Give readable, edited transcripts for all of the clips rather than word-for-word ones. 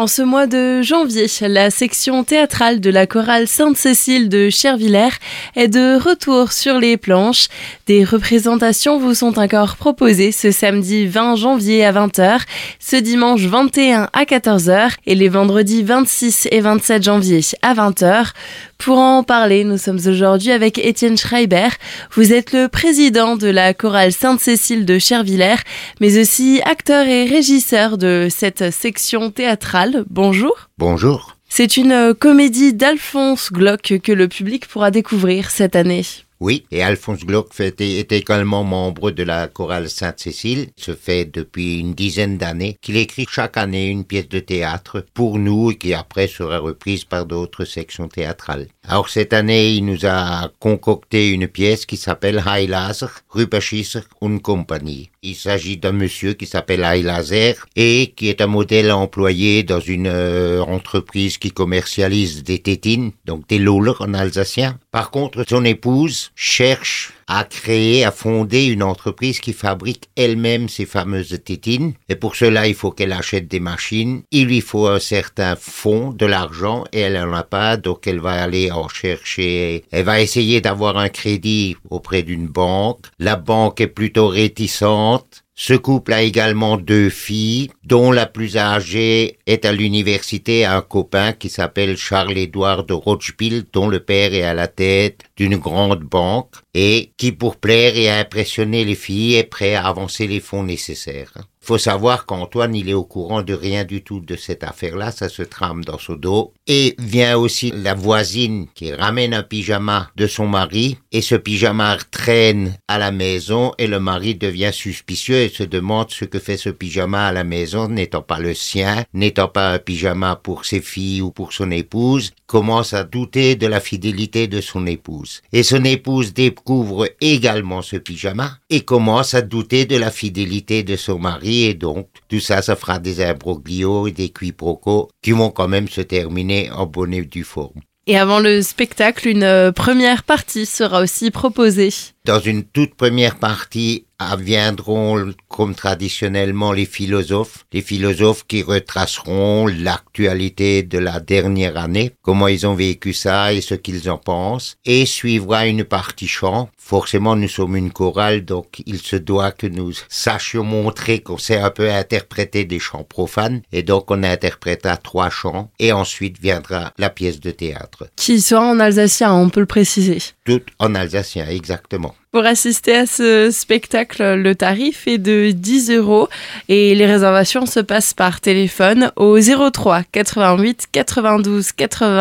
En ce mois de janvier, la section théâtrale de la chorale Sainte-Cécile de Chervillers est de retour sur les planches. Des représentations vous sont encore proposées ce samedi 20 janvier à 20h, ce dimanche 21 à 14h et les vendredis 26 et 27 janvier à 20h. Pour en parler, nous sommes aujourd'hui avec Étienne Schreiber. Vous êtes le président de la chorale Sainte-Cécile de Chervillers, mais aussi acteur et régisseur de cette section théâtrale. Bonjour. Bonjour. C'est une comédie d'Alphonse Glock que le public pourra découvrir cette année. Oui, et Alphonse Glock est également membre de la chorale Sainte-Cécile. Ce fait depuis une dizaine d'années qu'il écrit chaque année une pièce de théâtre pour nous et qui après sera reprise par d'autres sections théâtrales. Alors cette année, il nous a concocté une pièce qui s'appelle Heilaser, Rüberschisser und Compagnie. Il s'agit d'un monsieur qui s'appelle Heilaser et qui est un modèle employé dans une entreprise qui commercialise des tétines, donc des Lohler en alsacien. Par contre, son épouse cherche à fonder une entreprise qui fabrique elle-même ces fameuses tétines. Et pour cela, il faut qu'elle achète des machines. Il lui faut un certain fonds, de l'argent, et elle n'en a pas, donc elle va aller en chercher. Elle va essayer d'avoir un crédit auprès d'une banque. La banque est plutôt réticente. Ce couple a également 2 filles, dont la plus âgée est à l'université, un copain qui s'appelle Charles-Édouard de Rothschild, dont le père est à la tête d'une grande banque et qui, pour plaire et impressionner les filles, est prêt à avancer les fonds nécessaires. Il faut savoir qu'Antoine, il est au courant de rien du tout de cette affaire-là, ça se trame dans son dos. Et vient aussi la voisine qui ramène un pyjama de son mari, et ce pyjama traîne à la maison, et le mari devient suspicieux et se demande ce que fait ce pyjama à la maison, n'étant pas le sien, n'étant pas un pyjama pour ses filles ou pour son épouse, commence à douter de la fidélité de son épouse. Et son épouse découvre également ce pyjama et commence à douter de la fidélité de son mari. Et donc, tout ça, ça fera des imbroglios et des quiproquos qui vont quand même se terminer en bonne et due forme. Et avant le spectacle, une première partie sera aussi proposée. Dans une toute première partie, viendront comme traditionnellement les philosophes qui retraceront l'actualité de la dernière année, comment ils ont vécu ça et ce qu'ils en pensent, et suivra une partie chant. Forcément, nous sommes une chorale, donc il se doit que nous sachions montrer qu'on sait un peu interpréter des chants profanes, et donc on interprétera 3 chants, et ensuite viendra la pièce de théâtre. Qui sera en alsacien, on peut le préciser. Tout en alsacien, exactement. Pour assister à ce spectacle, le tarif est de 10 € et les réservations se passent par téléphone au 03 88 92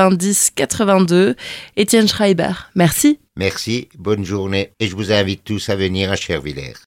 90 82. Étienne Schreiber, merci. Merci, bonne journée et je vous invite tous à venir à Chervillers.